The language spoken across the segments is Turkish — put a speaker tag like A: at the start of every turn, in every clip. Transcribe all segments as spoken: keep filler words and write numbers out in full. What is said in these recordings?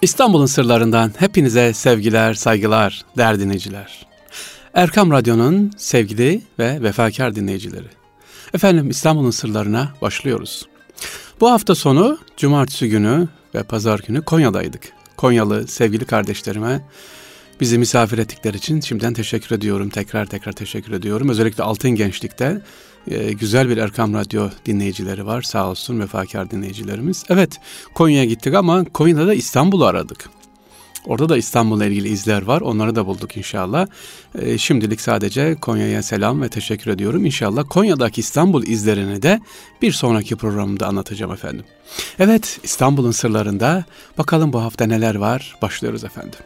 A: İstanbul'un sırlarından hepinize sevgiler, saygılar değerli dinleyiciler. Erkam Radyo'nun sevgili ve vefakar dinleyicileri. Efendim İstanbul'un sırlarına başlıyoruz. Bu hafta sonu cumartesi günü ve pazar günü Konya'daydık. Konyalı sevgili kardeşlerime bizi misafir ettikleri için şimdiden teşekkür ediyorum. Tekrar tekrar teşekkür ediyorum. Özellikle Altın Gençlik'te e, güzel bir Erkam Radyo dinleyicileri var. Sağ olsun vefakar dinleyicilerimiz. Evet, Konya'ya gittik ama Konya'da da İstanbul'u aradık. Orada da İstanbul'la ilgili izler var. Onları da bulduk inşallah. E, şimdilik sadece Konya'ya selam ve teşekkür ediyorum. İnşallah Konya'daki İstanbul izlerini de bir sonraki programda anlatacağım efendim. Evet, İstanbul'un sırlarında bakalım bu hafta neler var. Başlıyoruz efendim.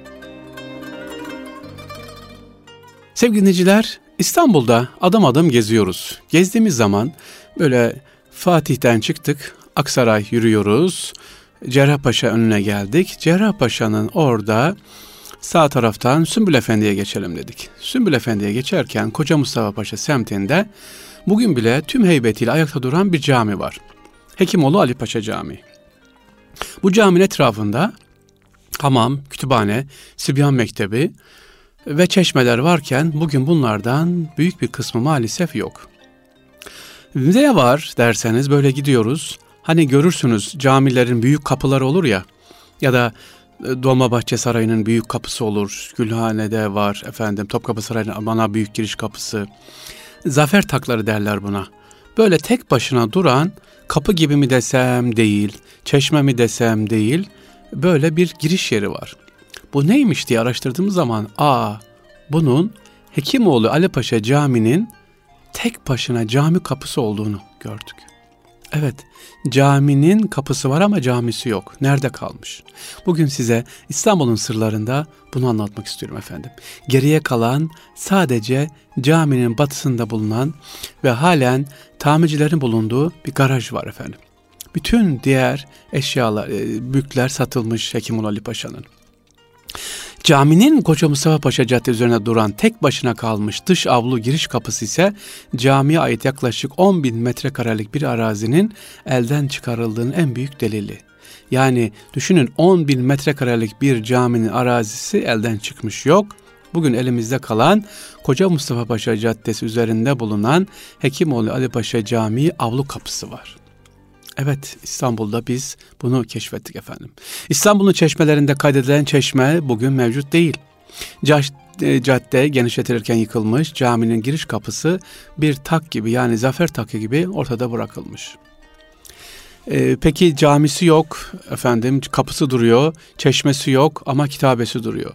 A: Sevgili dinleyiciler, İstanbul'da adım adım geziyoruz. Gezdiğimiz zaman böyle Fatih'ten çıktık, Aksaray yürüyoruz. Cerrahpaşa önüne geldik. Cerrahpaşa'nın orada sağ taraftan Sümbül Efendi'ye geçelim dedik. Sümbül Efendi'ye geçerken Koca Mustafa Paşa semtinde bugün bile tüm heybetiyle ayakta duran bir cami var. Hekimoğlu Ali Paşa Camii. Bu caminin etrafında hamam, kütüphane, Sibyan Mektebi ve çeşmeler varken bugün bunlardan büyük bir kısmı maalesef yok. Ne var derseniz böyle gidiyoruz. Hani görürsünüz camilerin büyük kapıları olur ya, ya da Dolmabahçe Sarayı'nın büyük kapısı olur. Gülhane'de var efendim, Topkapı Sarayı'nın ana büyük giriş kapısı. Zafer takları derler buna. Böyle tek başına duran kapı gibi mi desem değil, çeşme mi desem değil, böyle bir giriş yeri var. Bu neymiş diye araştırdığımız zaman aa bunun Hekimoğlu Ali Paşa Camii'nin tek başına cami kapısı olduğunu gördük. Evet, caminin kapısı var ama camisi yok. Nerede kalmış? Bugün size İstanbul'un sırlarında bunu anlatmak istiyorum efendim. Geriye kalan sadece caminin batısında bulunan ve halen tamircilerin bulunduğu bir garaj var efendim. Bütün diğer eşyalar, mülkler satılmış Hekimoğlu Ali Paşa'nın. Caminin Koca Mustafa Paşa Caddesi üzerine duran tek başına kalmış dış avlu giriş kapısı ise camiye ait yaklaşık on bin metrekarelik bir arazinin elden çıkarıldığının en büyük delili. Yani düşünün, on bin metrekarelik bir caminin arazisi elden çıkmış yok. Bugün elimizde kalan Koca Mustafa Paşa Caddesi üzerinde bulunan Hekimoğlu Ali Paşa Camii avlu kapısı var. Evet, İstanbul'da biz bunu keşfettik efendim. İstanbul'un çeşmelerinde kaydedilen çeşme bugün mevcut değil. Cadde genişletilirken yıkılmış, caminin giriş kapısı bir tak gibi, yani zafer takı gibi ortada bırakılmış. Ee, peki camisi yok efendim, kapısı duruyor, çeşmesi yok ama kitabesi duruyor.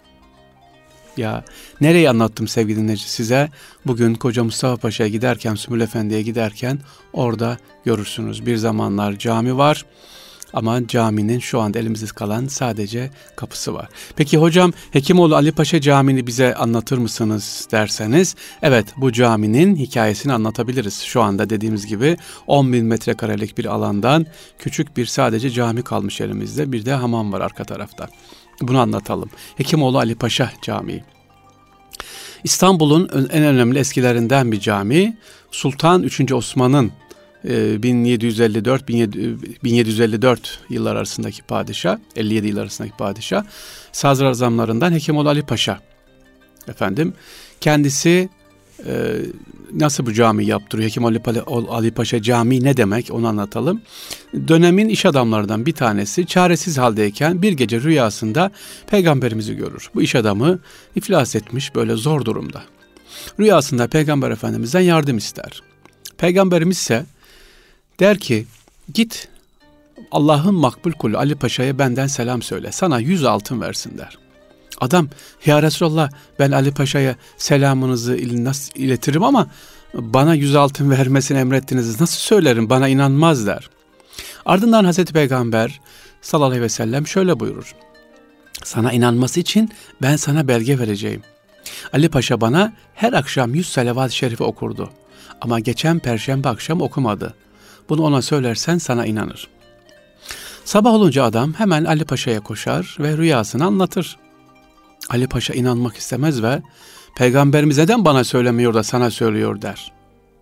A: Ya nereyi anlattım sevgili dinleyici size? Bugün Koca Mustafa Paşa'ya giderken, Sümbül Efendi'ye giderken orada görürsünüz. Bir zamanlar cami var ama caminin şu anda elimizde kalan sadece kapısı var. Peki hocam, Hekimoğlu Ali Paşa Camii'ni bize anlatır mısınız derseniz, evet, bu caminin hikayesini anlatabiliriz. Şu anda dediğimiz gibi on bin metrekarelik bir alandan küçük bir sadece cami kalmış elimizde. Bir de hamam var arka tarafta. Bunu anlatalım. Hekimoğlu Ali Paşa Camii. İstanbul'un en önemli eskilerinden bir cami. Sultan üçüncü. Osman'ın bin yedi yüz elli dört bin yedi yüz elli dört yıllar arasındaki padişah, elli yedi yıl arasındaki padişah, sadrazamlarından Hekimoğlu Ali Paşa. Efendim, kendisi e, nasıl bu cami yaptırıyor? Hekimoğlu Ali Paşa Camii ne demek? Onu anlatalım. Dönemin iş adamlarından bir tanesi çaresiz haldeyken bir gece rüyasında peygamberimizi görür. Bu iş adamı iflas etmiş, böyle zor durumda. Rüyasında Peygamber Efendimiz'den yardım ister. Peygamberimiz ise der ki, git Allah'ın makbul kulü Ali Paşa'ya benden selam söyle, sana yüz altın versin der. Adam, ya Resulallah, ben Ali Paşa'ya selamınızı nasıl iletirim ama bana yüz altın vermesini emrettiniz, nasıl söylerim, bana inanmaz der. Ardından Hazreti Peygamber sallallahu aleyhi ve sellem şöyle buyurur. Sana inanması için ben sana belge vereceğim. Ali Paşa bana her akşam yüz salavat-ı şerife okurdu. Ama geçen perşembe akşam okumadı. Bunu ona söylersen sana inanır. Sabah olunca adam hemen Ali Paşa'ya koşar ve rüyasını anlatır. Ali Paşa inanmak istemez ve Peygamberimiz neden bana söylemiyor da sana söylüyor der.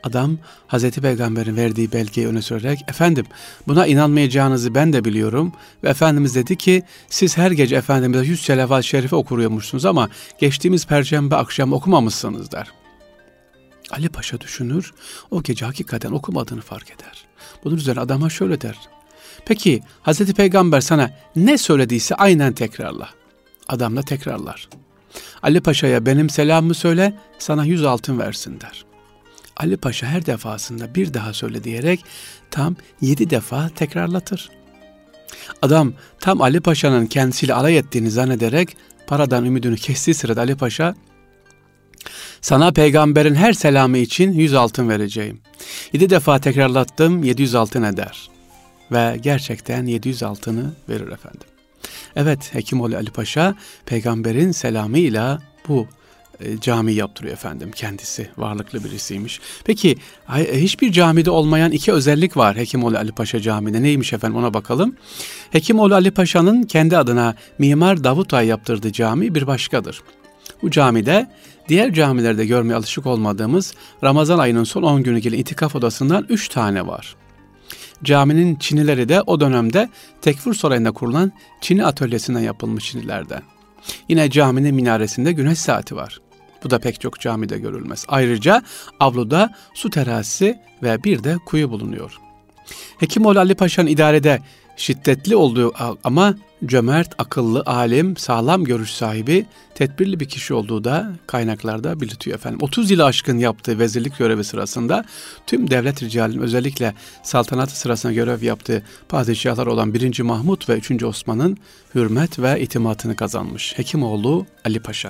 A: Adam Hazreti Peygamber'in verdiği belgeyi öne sürerek, efendim buna inanmayacağınızı ben de biliyorum. Ve Efendimiz dedi ki siz her gece Efendimiz'e yüz selavat-ı şerife okuyormuşsunuz ama geçtiğimiz perşembe akşam okumamışsınız der. Ali Paşa düşünür, o gece hakikaten okumadığını fark eder. Bunun üzerine adama şöyle der. Peki Hazreti Peygamber sana ne söylediyse aynen tekrarla. Adam da tekrarlar. Ali Paşa'ya benim selamımı söyle, sana yüz altın versin der. Ali Paşa her defasında bir daha söyle diyerek tam yedi defa tekrarlatır. Adam tam Ali Paşa'nın kendisiyle alay ettiğini zannederek paradan ümidini kestiği sırada Ali Paşa, sana peygamberin her selamı için yüz altın vereceğim. Yedi defa tekrarlattım, yedi yüz altın eder. Ve gerçekten yedi yüz altını verir efendim. Evet, Hekimoğlu Ali Paşa peygamberin selamıyla bu e, cami yaptırıyor efendim. Kendisi varlıklı birisiymiş. Peki hiçbir camide olmayan iki özellik var Hekimoğlu Ali Paşa Camii'de. Neymiş efendim, ona bakalım. Hekimoğlu Ali Paşa'nın kendi adına Mimar Davut Ağa'yı yaptırdığı cami bir başkadır. Bu camide diğer camilerde görmeye alışık olmadığımız Ramazan ayının son on günü gelen itikaf odasından üç tane var. Caminin çinileri de o dönemde Tekfur Sarayı'nda kurulan çini atölyesinden yapılmış çinilerden. Yine caminin minaresinde güneş saati var. Bu da pek çok camide görülmez. Ayrıca avluda su terazisi ve bir de kuyu bulunuyor. Hekimoğlu Ali Paşa'nın idarede şiddetli olduğu ama cömert, akıllı, alim, sağlam görüş sahibi, tedbirli bir kişi olduğu da kaynaklarda belirtiyor efendim. otuz yılı aşkın yaptığı vezirlik görevi sırasında tüm devlet ricalinin, özellikle saltanatı sırasında görev yaptığı padişahlar olan birinci Mahmut ve üçüncü Osman'ın hürmet ve itimatını kazanmış Hekimoğlu Ali Paşa.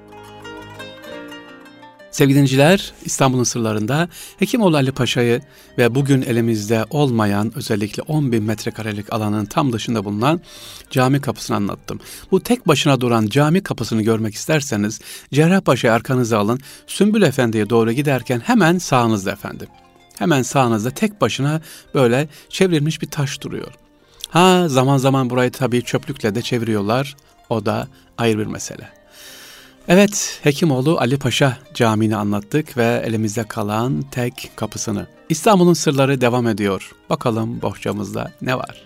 A: Sevgili dinleyiciler, İstanbul'un sırlarında Hekimoğlu Ali Paşa'yı ve bugün elimizde olmayan özellikle on bin metrekarelik alanın tam dışında bulunan cami kapısını anlattım. Bu tek başına duran cami kapısını görmek isterseniz Cerrahpaşa'yı arkanıza alın, Sümbül Efendi'ye doğru giderken hemen sağınızda efendim. Hemen sağınızda tek başına böyle çevrilmiş bir taş duruyor. Ha, zaman zaman burayı tabii çöplükle de çeviriyorlar, o da ayrı bir mesele. Evet, Hekimoğlu Ali Paşa Camii'ni anlattık ve elimizde kalan tek kapısını. İstanbul'un sırları devam ediyor. Bakalım bohçamızda ne var?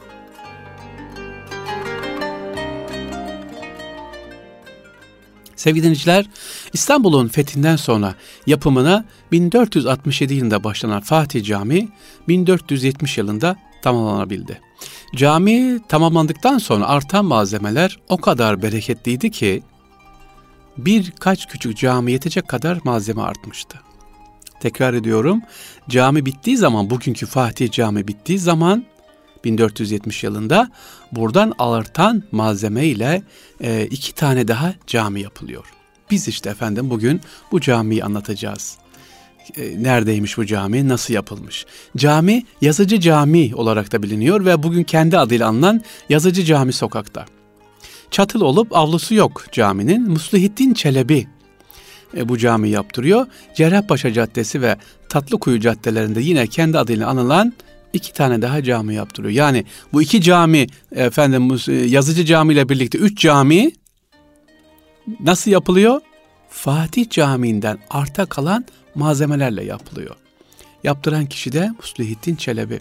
A: Sevgili dinleyiciler, İstanbul'un fethinden sonra yapımına bin dört yüz altmış yedi yılında başlanan Fatih Camii bin dört yüz yetmiş yılında tamamlanabildi. Cami tamamlandıktan sonra artan malzemeler o kadar bereketliydi ki birkaç küçük cami yetecek kadar malzeme artmıştı. Tekrar ediyorum, cami bittiği zaman, bugünkü Fatih Camii bittiği zaman bin dört yüz yetmiş yılında buradan artan malzeme ile e, iki tane daha cami yapılıyor. Biz işte efendim bugün bu camiyi anlatacağız. E, neredeymiş bu cami, nasıl yapılmış? Cami Yazıcı Camii olarak da biliniyor ve bugün kendi adıyla anılan Yazıcı Cami sokakta. Çatıl olup avlusu yok caminin. Muslihiddin Çelebi e, bu cami yaptırıyor. Cerrahpaşa Caddesi ve Tatlıkuyu caddelerinde yine kendi adıyla anılan iki tane daha cami yaptırıyor. Yani bu iki cami efendim Yazıcı Cami ile birlikte üç cami nasıl yapılıyor? Fatih Camii'nden arta kalan malzemelerle yapılıyor. Yaptıran kişi de Muslihiddin Çelebi.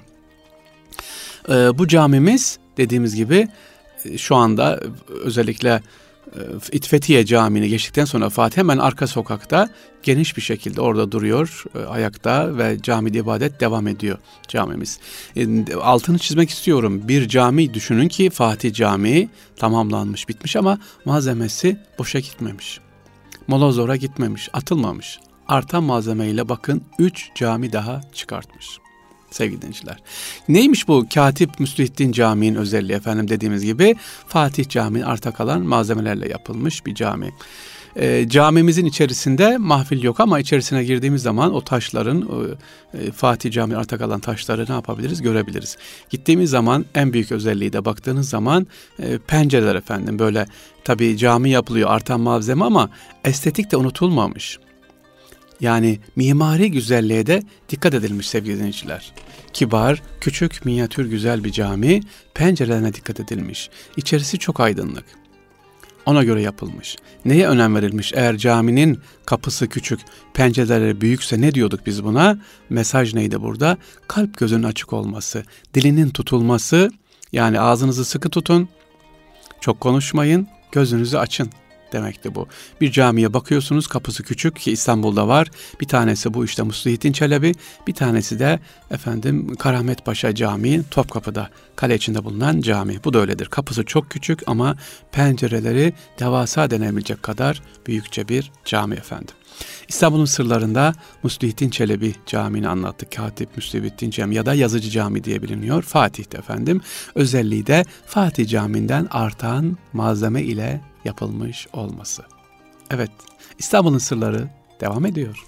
A: E, bu camimiz dediğimiz gibi şu anda özellikle Fethiye Camii'ni geçtikten sonra Fatih hemen arka sokakta geniş bir şekilde orada duruyor ayakta ve camide ibadet devam ediyor camimiz. Altını çizmek istiyorum. Bir cami düşünün ki Fatih Camii tamamlanmış, bitmiş ama malzemesi boşa gitmemiş. Molozora gitmemiş, atılmamış. Artan malzemeyle bakın üç cami daha çıkartmış. Sevgili dinleyiciler. Neymiş bu Katip Muslihiddin Camii'nin özelliği efendim, dediğimiz gibi Fatih Camii'nin arta kalan malzemelerle yapılmış bir cami. E, camimizin içerisinde mahfil yok ama içerisine girdiğimiz zaman o taşların, o, e, Fatih Camii'nin arta kalan taşları ne yapabiliriz? Görebiliriz. Gittiğimiz zaman en büyük özelliği de baktığınız zaman e, pencereler efendim, böyle tabii cami yapılıyor, artan malzeme ama estetik de unutulmamış. Yani mimari güzelliğe de dikkat edilmiş sevgili dinleyiciler. Kibar, küçük, minyatür güzel bir cami, pencerelerine dikkat edilmiş. İçerisi çok aydınlık. Ona göre yapılmış. Neye önem verilmiş? Eğer caminin kapısı küçük, pencereleri büyükse ne diyorduk biz buna? Mesaj neydi burada? Kalp gözünün açık olması, dilinin tutulması, yani ağzınızı sıkı tutun, çok konuşmayın, gözünüzü açın demekti bu. Bir camiye bakıyorsunuz, kapısı küçük ki İstanbul'da var. Bir tanesi bu işte Muslihattin Çelebi, bir tanesi de efendim Karametpaşa Camii, Topkapı'da, kale içinde bulunan cami. Bu da öyledir. Kapısı çok küçük ama pencereleri devasa denebilecek kadar büyükçe bir cami efendim. İstanbul'un sırlarında Muslihattin Çelebi Camii'ni anlattık. Katip Muslihattin Cami ya da Yazıcı Cami diye biliniyor. Fatih'te efendim. Özelliği de Fatih Camii'nden artan malzeme ile yapılmış olması. Evet, İstanbul'un sırları devam ediyor.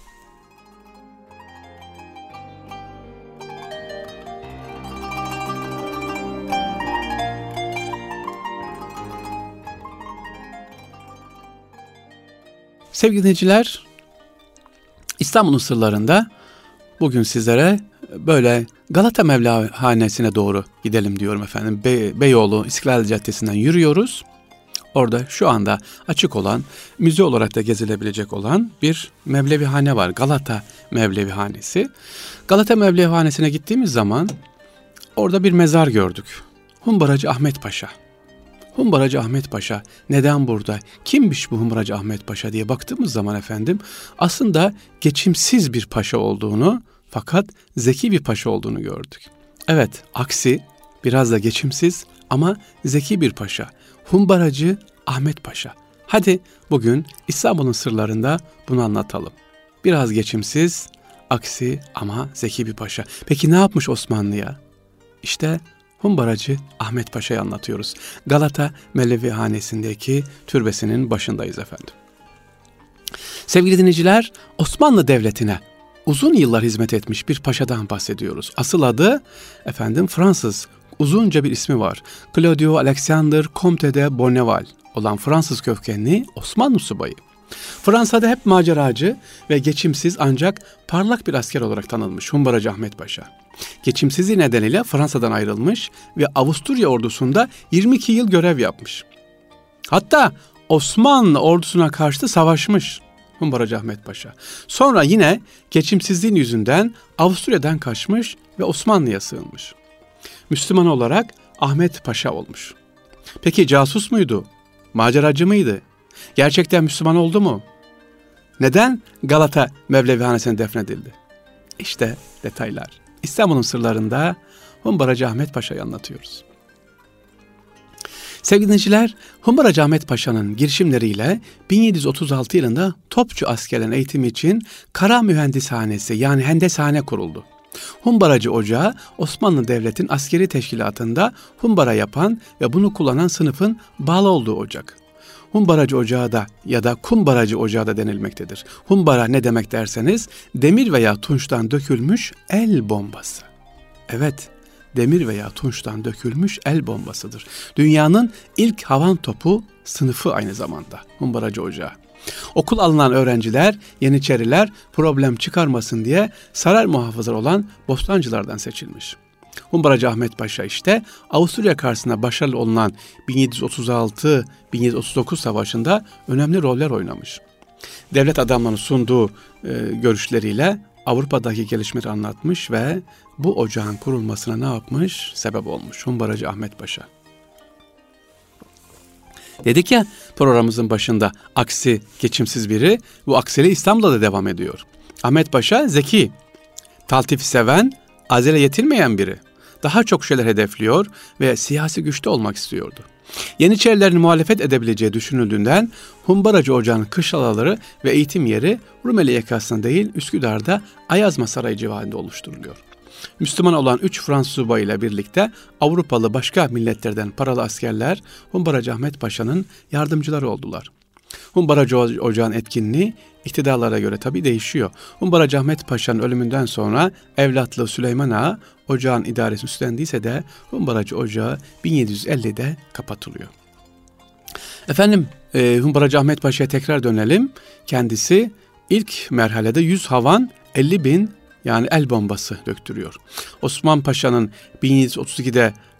A: Sevgili dinleyiciler, İstanbul'un sırlarında bugün sizlere böyle Galata Mevlahanesi'ne doğru gidelim diyorum efendim. Be- Beyoğlu İstiklal Caddesi'nden yürüyoruz. Orada şu anda açık olan, müze olarak da gezilebilecek olan bir Mevlevihane var. Galata Mevlevihanesi. Galata Mevlevihanesi'ne gittiğimiz zaman orada bir mezar gördük. Humbaracı Ahmet Paşa. Humbaracı Ahmet Paşa neden burada? Kimmiş bu Humbaracı Ahmet Paşa diye baktığımız zaman efendim aslında geçimsiz bir paşa olduğunu, fakat zeki bir paşa olduğunu gördük. Evet, aksi biraz da geçimsiz ama zeki bir paşa. Humbaracı Ahmet Paşa. Hadi bugün İstanbul'un sırlarında bunu anlatalım. Biraz geçimsiz, aksi ama zeki bir paşa. Peki ne yapmış Osmanlı'ya? İşte Humbaracı Ahmet Paşa'yı anlatıyoruz. Galata Mevlevihanesi'ndeki türbesinin başındayız efendim. Sevgili dinleyiciler, Osmanlı Devleti'ne uzun yıllar hizmet etmiş bir paşadan bahsediyoruz. Asıl adı efendim Fransız, uzunca bir ismi var. Claudio Alexander Comte de Bonneval olan Fransız kökenli Osmanlı subayı. Fransa'da hep maceracı ve geçimsiz ancak parlak bir asker olarak tanınmış Humbaracı Ahmet Paşa. Geçimsizliği nedeniyle Fransa'dan ayrılmış ve Avusturya ordusunda yirmi iki yıl görev yapmış. Hatta Osmanlı ordusuna karşı da savaşmış Humbaracı Ahmet Paşa. Sonra yine geçimsizliğin yüzünden Avusturya'dan kaçmış ve Osmanlı'ya sığınmış. Müslüman olarak Ahmet Paşa olmuş. Peki casus muydu? Maceracı mıydı? Gerçekten Müslüman oldu mu? Neden Galata Mevlevihanesi'ne defnedildi? İşte detaylar. İstanbul'un sırlarında Humbaracı Ahmet Paşa'yı anlatıyoruz. Sevgili dinleyiciler, Humbaracı Ahmet Paşa'nın girişimleriyle bin yedi yüz otuz altı yılında topçu askerlerin eğitimi için Kara Mühendishanesi yani Hendeshane kuruldu. Humbaracı Ocağı Osmanlı Devleti'nin askeri teşkilatında humbara yapan ve bunu kullanan sınıfın bağlı olduğu ocak. Humbaracı Ocağı da ya da Kumbaracı Ocağı da denilmektedir. Humbara ne demek derseniz demir veya tunçtan dökülmüş el bombası. Evet, demir veya tunçtan dökülmüş el bombasıdır. Dünyanın ilk havan topu sınıfı aynı zamanda Humbaracı Ocağı. Okul alınan öğrenciler, Yeniçeriler problem çıkarmasın diye saray muhafızları olan Bostancılardan seçilmiş. Humbaracı Ahmet Paşa işte Avusturya karşısında başarılı olunan bin yedi yüz otuz altı bin yedi yüz otuz dokuz savaşında önemli roller oynamış. Devlet adamlarının sunduğu e, görüşleriyle Avrupa'daki gelişmeleri anlatmış ve bu ocağın kurulmasına ne yapmış? Sebep olmuş Humbaracı Ahmet Paşa. Dedik ya programımızın başında aksi geçimsiz biri, bu aksili İstanbul'da da devam ediyor. Ahmet Paşa zeki, taltif seven, acele yetinmeyen biri. Daha çok şeyler hedefliyor ve siyasi güçte olmak istiyordu. Yeniçerilerin muhalefet edebileceği düşünüldüğünden Humbaracı Ocağı'nın kışlaları ve eğitim yeri Rumeli yakasında değil Üsküdar'da Ayazma Sarayı civarında oluşturuluyor. Müslüman olan üç Fransız subayı ile birlikte Avrupalı başka milletlerden paralı askerler Humbaracı Ahmet Paşa'nın yardımcıları oldular. Humbaracı Ocağı'nın etkinliği iktidarlara göre tabii değişiyor. Humbaracı Ahmet Paşa'nın ölümünden sonra evlatlığı Süleyman Ağa ocağın idaresini üstlendiyse de Humbaracı Ocağı bin yedi yüz ellide kapatılıyor. Efendim e, Humbaracı Ahmet Paşa'ya tekrar dönelim. Kendisi ilk merhalede yüz havan elli bin yani el bombası döktürüyor. Osman Paşa'nın bin yedi yüz otuz ikide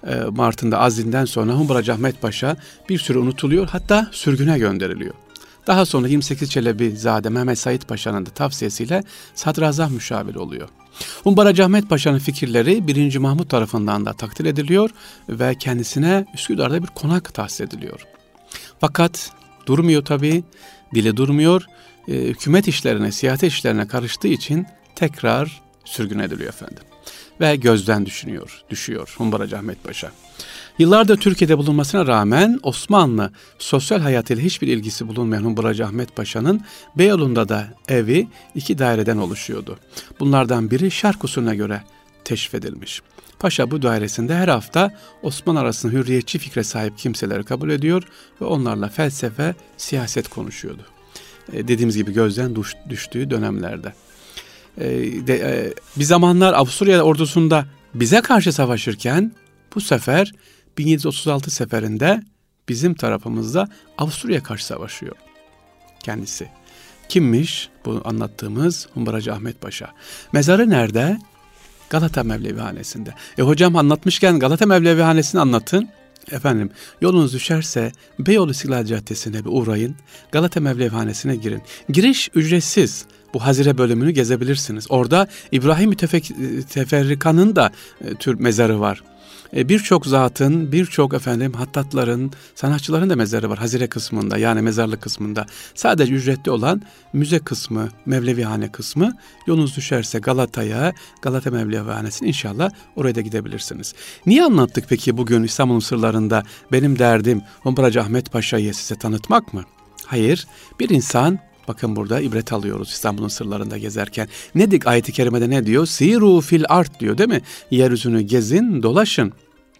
A: Mart'ında azlinden sonra Humbaracı Ahmet Paşa bir süre unutuluyor, hatta sürgüne gönderiliyor. Daha sonra yirmi sekiz Çelebizade Mehmet Said Paşa'nın da tavsiyesiyle sadrazam müşaviri oluyor. Humbaracı Ahmet Paşa'nın fikirleri birinci. Mahmut tarafından da takdir ediliyor ve kendisine Üsküdar'da bir konak tahsis ediliyor. Fakat durmuyor tabii, dili durmuyor. E, hükümet işlerine, siyaset işlerine karıştığı için tekrar sürgün ediliyor efendim. Ve gözden düşünüyor, düşüyor Humbaracı Ahmet Paşa. Yıllardır Türkiye'de bulunmasına rağmen Osmanlı sosyal hayatıyla hiçbir ilgisi bulunmayan Humbaracı Ahmet Paşa'nın Beyoğlu'nda da evi iki daireden oluşuyordu. Bunlardan biri şark usulüne göre teşrif edilmiş. Paşa bu dairesinde her hafta Osmanlı arasında hürriyetçi fikre sahip kimseleri kabul ediyor ve onlarla felsefe, siyaset konuşuyordu. E, dediğimiz gibi gözden düş, düştüğü dönemlerde. E, de, e, bir zamanlar Avusturya ordusunda bize karşı savaşırken bu sefer bin yedi yüz otuz altı seferinde bizim tarafımızda Avusturya'ya karşı savaşıyor kendisi. Kimmiş bu anlattığımız Humbaracı Ahmet Paşa? Mezarı nerede? Galata Mevlevihanesi'nde. E hocam anlatmışken Galata Mevlevihanesi'ni anlatın. Efendim yolunuz düşerse Beyoğlu İstiklal Caddesi'ne bir uğrayın. Galata Mevlevihanesi'ne girin. Giriş ücretsiz. Bu Hazire bölümünü gezebilirsiniz. Orada İbrahim Müteferrika'nın da e, tür mezarı var. E, birçok zatın, birçok efendim hattatların, sanatçıların da mezarı var Hazire kısmında, yani mezarlık kısmında. Sadece ücretli olan müze kısmı, Mevlevihane kısmı. Yolunuz düşerse Galata'ya, Galata Mevlevihanesi'ne inşallah oraya da gidebilirsiniz. Niye anlattık peki bugün İstanbul'un sırlarında? Benim derdim Humbaracı Ahmet Paşa'yı size tanıtmak mı? Hayır, bir insan... Bakın burada ibret alıyoruz İstanbul'un sırlarında gezerken. Ne dik ayet-i kerimede ne diyor? Siru fil art diyor değil mi? Yeryüzünü gezin, dolaşın.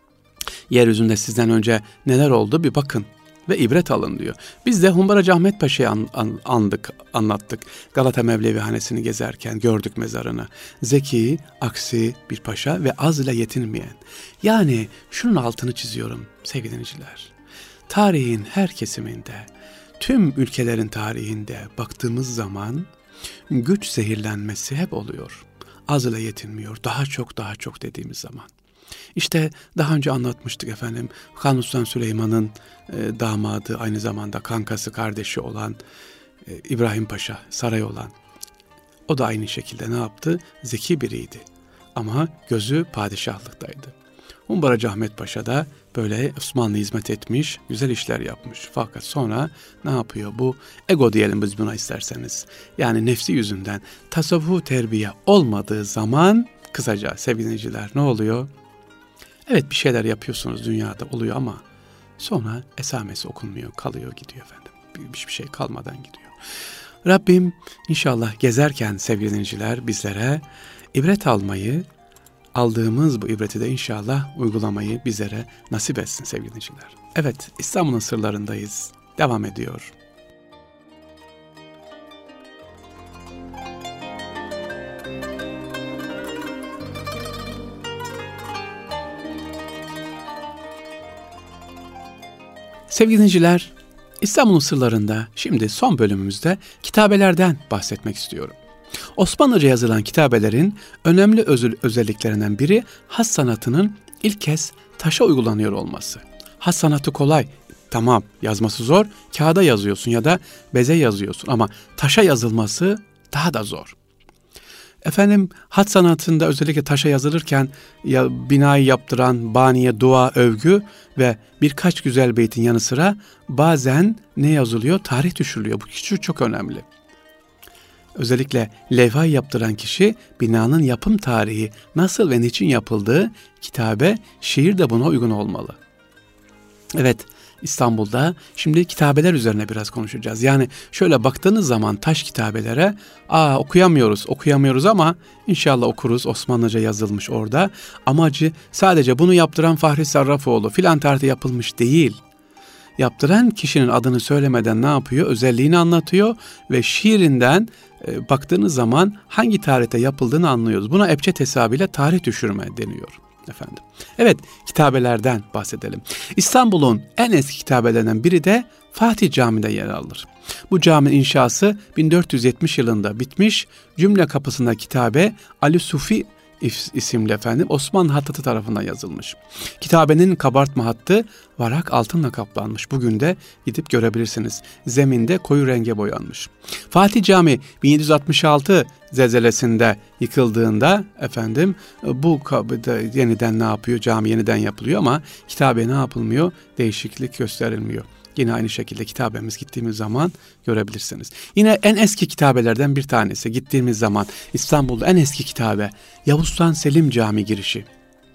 A: Yeryüzünde sizden önce neler oldu bir bakın ve ibret alın diyor. Biz de Humbaracı Ahmet Paşa'yı an, an, andık, anlattık. Galata Mevlevihanesi'ni gezerken gördük mezarını. Zeki, aksi bir paşa ve az ile yetinmeyen. Yani şunun altını çiziyorum sevgili dinleyiciler. Tarihin her kesiminde, tüm ülkelerin tarihinde baktığımız zaman güç zehirlenmesi hep oluyor. Az ile yetinmiyor. Daha çok daha çok dediğimiz zaman. İşte daha önce anlatmıştık efendim. Kanuni Sultan Süleyman'ın e, damadı, aynı zamanda kankası, kardeşi olan e, İbrahim Paşa, saray olan. O da aynı şekilde ne yaptı? Zeki biriydi. Ama gözü padişahlıktaydı. Humbaracı Ahmet Paşa da böyle Osmanlı hizmet etmiş, güzel işler yapmış. Fakat sonra ne yapıyor bu? Ego diyelim biz buna isterseniz. Yani nefsi yüzünden tasavvufu terbiye olmadığı zaman, kısaca sevgili dinleyiciler, ne oluyor? Evet, bir şeyler yapıyorsunuz, dünyada oluyor ama sonra esamesi okunmuyor, kalıyor, gidiyor efendim. Hiçbir şey kalmadan gidiyor. Rabbim inşallah gezerken sevgili dinleyiciler bizlere ibret almayı, aldığımız bu ibreti de inşallah uygulamayı bizlere nasip etsin sevgili dinleyiciler. Evet, İstanbul'un sırlarındayız. Devam ediyor. Sevgili dinleyiciler, İstanbul'un sırlarında şimdi son bölümümüzde kitabelerden bahsetmek istiyorum. Osmanlıca yazılan kitabelerin önemli özel, özelliklerinden biri has sanatının ilk kez taşa uygulanıyor olması. Has sanatı kolay, tamam, yazması zor, kağıda yazıyorsun ya da beze yazıyorsun ama taşa yazılması daha da zor. Efendim hat sanatında özellikle taşa yazılırken ya binayı yaptıran baniye dua, övgü ve birkaç güzel beytin yanı sıra bazen ne yazılıyor? Tarih düşürülüyor. Bu kişi çok önemli. Özellikle levha yaptıran kişi binanın yapım tarihi, nasıl ve niçin yapıldığı, kitabe, şiir de buna uygun olmalı. Evet, İstanbul'da şimdi kitabeler üzerine biraz konuşacağız. Yani şöyle baktığınız zaman taş kitabelere, aa okuyamıyoruz, okuyamıyoruz ama inşallah okuruz. Osmanlıca yazılmış orada. Amacı sadece bunu yaptıran Fahri Sarrafoğlu filan tarihte yapılmış değil. Yaptıran kişinin adını söylemeden ne yapıyor? Özelliğini anlatıyor ve şiirinden e, baktığınız zaman hangi tarihte yapıldığını anlıyoruz. Buna ebced hesabıyla tarih düşürme deniyor efendim. Evet, kitabelerden bahsedelim. İstanbul'un en eski kitabelerinden biri de Fatih Camii'de yer alır. Bu caminin inşası bin dört yüz yetmiş yılında bitmiş. Cümle kapısında kitabe Ali Sufi isimli efendim Osmanlı hattatı tarafından yazılmış. Kitabenin kabartma hattı varak altınla kaplanmış. Bugün de gidip görebilirsiniz. Zeminde koyu renge boyanmış. Fatih Camii bin yedi yüz altmış altı zelzelesinde yıkıldığında efendim bu yeniden ne yapıyor? Cami yeniden yapılıyor ama kitabe ne yapılmıyor? Değişiklik gösterilmiyor. Yine aynı şekilde kitabemiz gittiğimiz zaman görebilirsiniz. Yine en eski kitabelerden bir tanesi gittiğimiz zaman İstanbul'da en eski kitabe Yavuz Sultan Selim Camii girişi.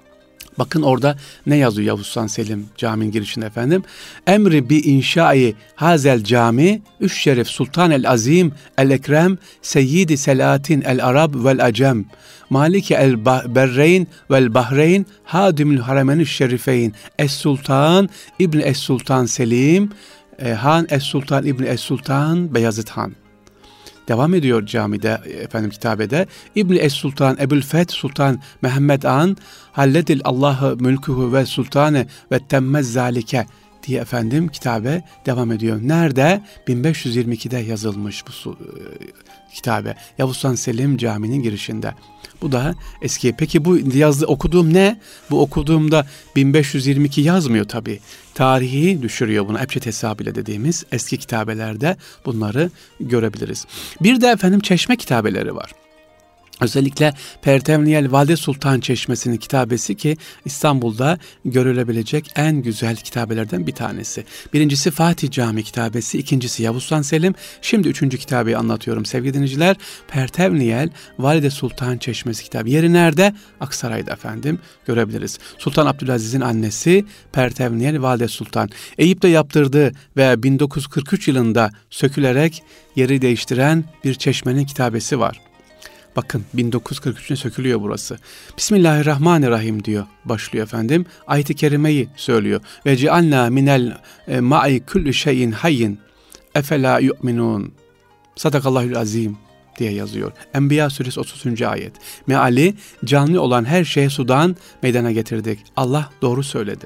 A: Bakın orada ne yazıyor Yavuz Sultan Selim Camii'nin girişinde efendim? Emri bi inşai hazel cami üç şerif sultan el azim el ekrem seyyidi selatin el arab vel acem malike el berreyn vel bahreyn hadimül haremenü şerifeyn es sultan İbni es Sultan Selim Han es Sultan İbni es Sultan Beyazıt Han. Devam ediyor camide efendim kitabede. İbni Es Sultan Ebu'l-Feth Sultan Mehmed Han halledil Allah'ı mülkühü ve sultanı ve temmez zalike diye efendim kitabe devam ediyor. Nerede? bin beş yüz yirmi ikide yazılmış bu e, kitabe. Yavuz Sultan Selim Camii'nin girişinde. Bu da eski. Peki bu yazdı okuduğum ne? Bu okuduğumda bin beş yüz yirmi iki yazmıyor tabii. Tarihi düşürüyor bunu. Ebced hesabıyla dediğimiz eski kitabelerde bunları görebiliriz. Bir de efendim çeşme kitabeleri var. Özellikle Pertevniyel Valide Sultan Çeşmesi'nin kitabesi ki İstanbul'da görülebilecek en güzel kitabelerden bir tanesi. Birincisi Fatih Camii kitabesi, ikincisi Yavuz Sultan Selim. Şimdi üçüncü kitabeyi anlatıyorum sevgili dinleyiciler. Pertevniyel Valide Sultan Çeşmesi kitabı. Yeri nerede? Aksaray'da efendim görebiliriz. Sultan Abdülaziz'in annesi Pertevniyel Valide Sultan. Eyüp'te yaptırdığı ve bin dokuz yüz kırk üç yılında sökülerek yeri değiştiren bir çeşmenin kitabesi var. Bakın bin dokuz yüz kırk üç'te sökülüyor burası. Bismillahirrahmanirrahim diyor. Başlıyor efendim. Ayet-i kerimeyi söylüyor. Ve cealna minel ma'i kulli şeyin hayyin efela yu'minun. Sadakallahul azim diye yazıyor. Enbiya suresi otuzuncu ayet. Meali canlı olan her şeye sudan meydana getirdik. Allah doğru söyledi.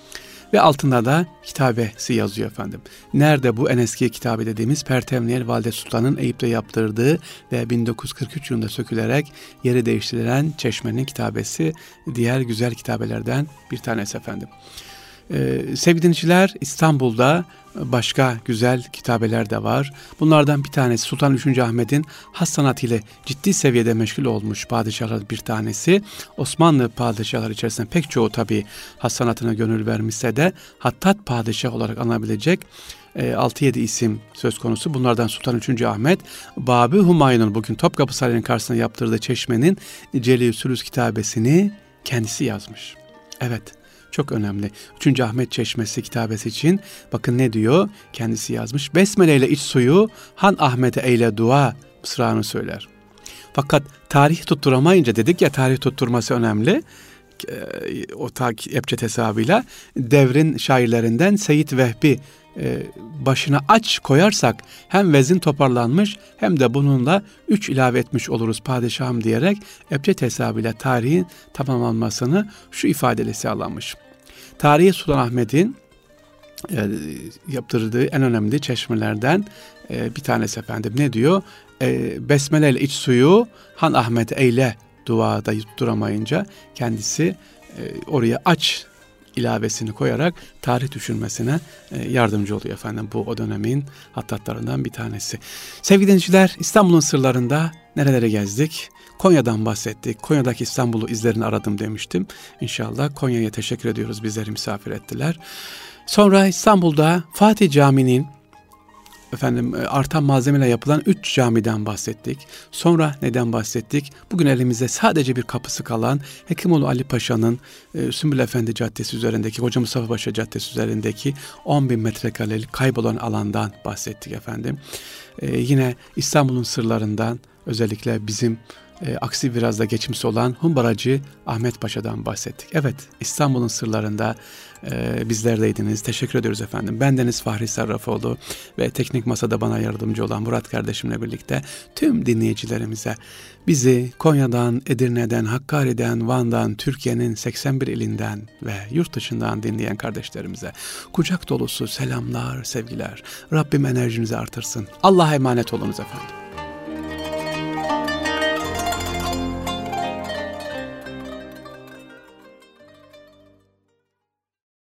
A: Ve altında da kitabesi yazıyor efendim. Nerede bu en eski kitabe dediğimiz Pertevniyel Valide Sultan'ın Eyüp'te yaptırdığı ve bin dokuz yüz kırk üç yılında sökülerek yeri değiştirilen çeşmenin kitabesi diğer güzel kitabelerden bir tanesi efendim. Ee, sevgili dinleyiciler İstanbul'da başka güzel kitabeler de var. Bunlardan bir tanesi Sultan üçüncü. Ahmet'in has sanatıyla ciddi seviyede meşgul olmuş padişahlar bir tanesi. Osmanlı padişahlar içerisinde pek çoğu tabii has sanatına gönül vermişse de Hattat padişah olarak anılabilecek altı yedi isim söz konusu. Bunlardan Sultan üçüncü. Ahmet, Babı Humayun'un bugün Topkapı Sarayı'nın karşısına yaptırdığı çeşmenin Celil-i Sülüs kitabesini kendisi yazmış. Evet. Çok önemli. üçüncü. Ahmet Çeşmesi kitabesi için bakın ne diyor? Kendisi yazmış. Besmele ile iç suyu Han Ahmet'e eyle dua mısrağını söyler. Fakat tarih tutturamayınca dedik ya tarih tutturması önemli. O Ebced hesabıyla devrin şairlerinden Seyyid Vehbi başına aç koyarsak hem vezin toparlanmış hem de bununla üç ilave etmiş oluruz padişahım diyerek Ebced hesabıyla tarihin tamamlanmasını şu ifadeyle sağlanmış. Tarihi Sultan Ahmet'in e, yaptırdığı en önemli çeşmelerden e, bir tanesi efendim ne diyor? E, Besmele ile iç suyu Han Ahmet eyle duada tutturamayınca kendisi e, oraya aç ilavesini koyarak tarih düşünmesine yardımcı oluyor efendim. Bu o dönemin hattatlarından bir tanesi. Sevgili dinleyiciler, İstanbul'un sırlarında nerelere gezdik? Konya'dan bahsettik. Konya'daki İstanbul'u izlerini aradım demiştim. İnşallah Konya'ya teşekkür ediyoruz. Bizleri misafir ettiler. Sonra İstanbul'da Fatih Camii'nin efendim artan malzemeyle yapılan üç camiden bahsettik. Sonra neden bahsettik? Bugün elimizde sadece bir kapısı kalan Hekimoğlu Ali Paşa'nın e, Sümbül Efendi Caddesi üzerindeki, Hoca Mustafa Paşa Caddesi üzerindeki on bin metrekarelik kaybolan alandan bahsettik efendim. E, yine İstanbul'un sırlarından özellikle bizim e, aksi biraz da geçmiş olan Humbaracı Ahmet Paşa'dan bahsettik. Evet, İstanbul'un sırlarında e, bizlerdeydiniz. Teşekkür ediyoruz efendim. Bendeniz Fahri Sarrafoğlu ve teknik masada bana yardımcı olan Murat kardeşimle birlikte tüm dinleyicilerimize, bizi Konya'dan, Edirne'den, Hakkari'den, Van'dan, Türkiye'nin seksen bir ilinden ve yurt dışından dinleyen kardeşlerimize kucak dolusu selamlar, sevgiler. Rabbim enerjinizi artırsın. Allah'a emanet olunuz efendim.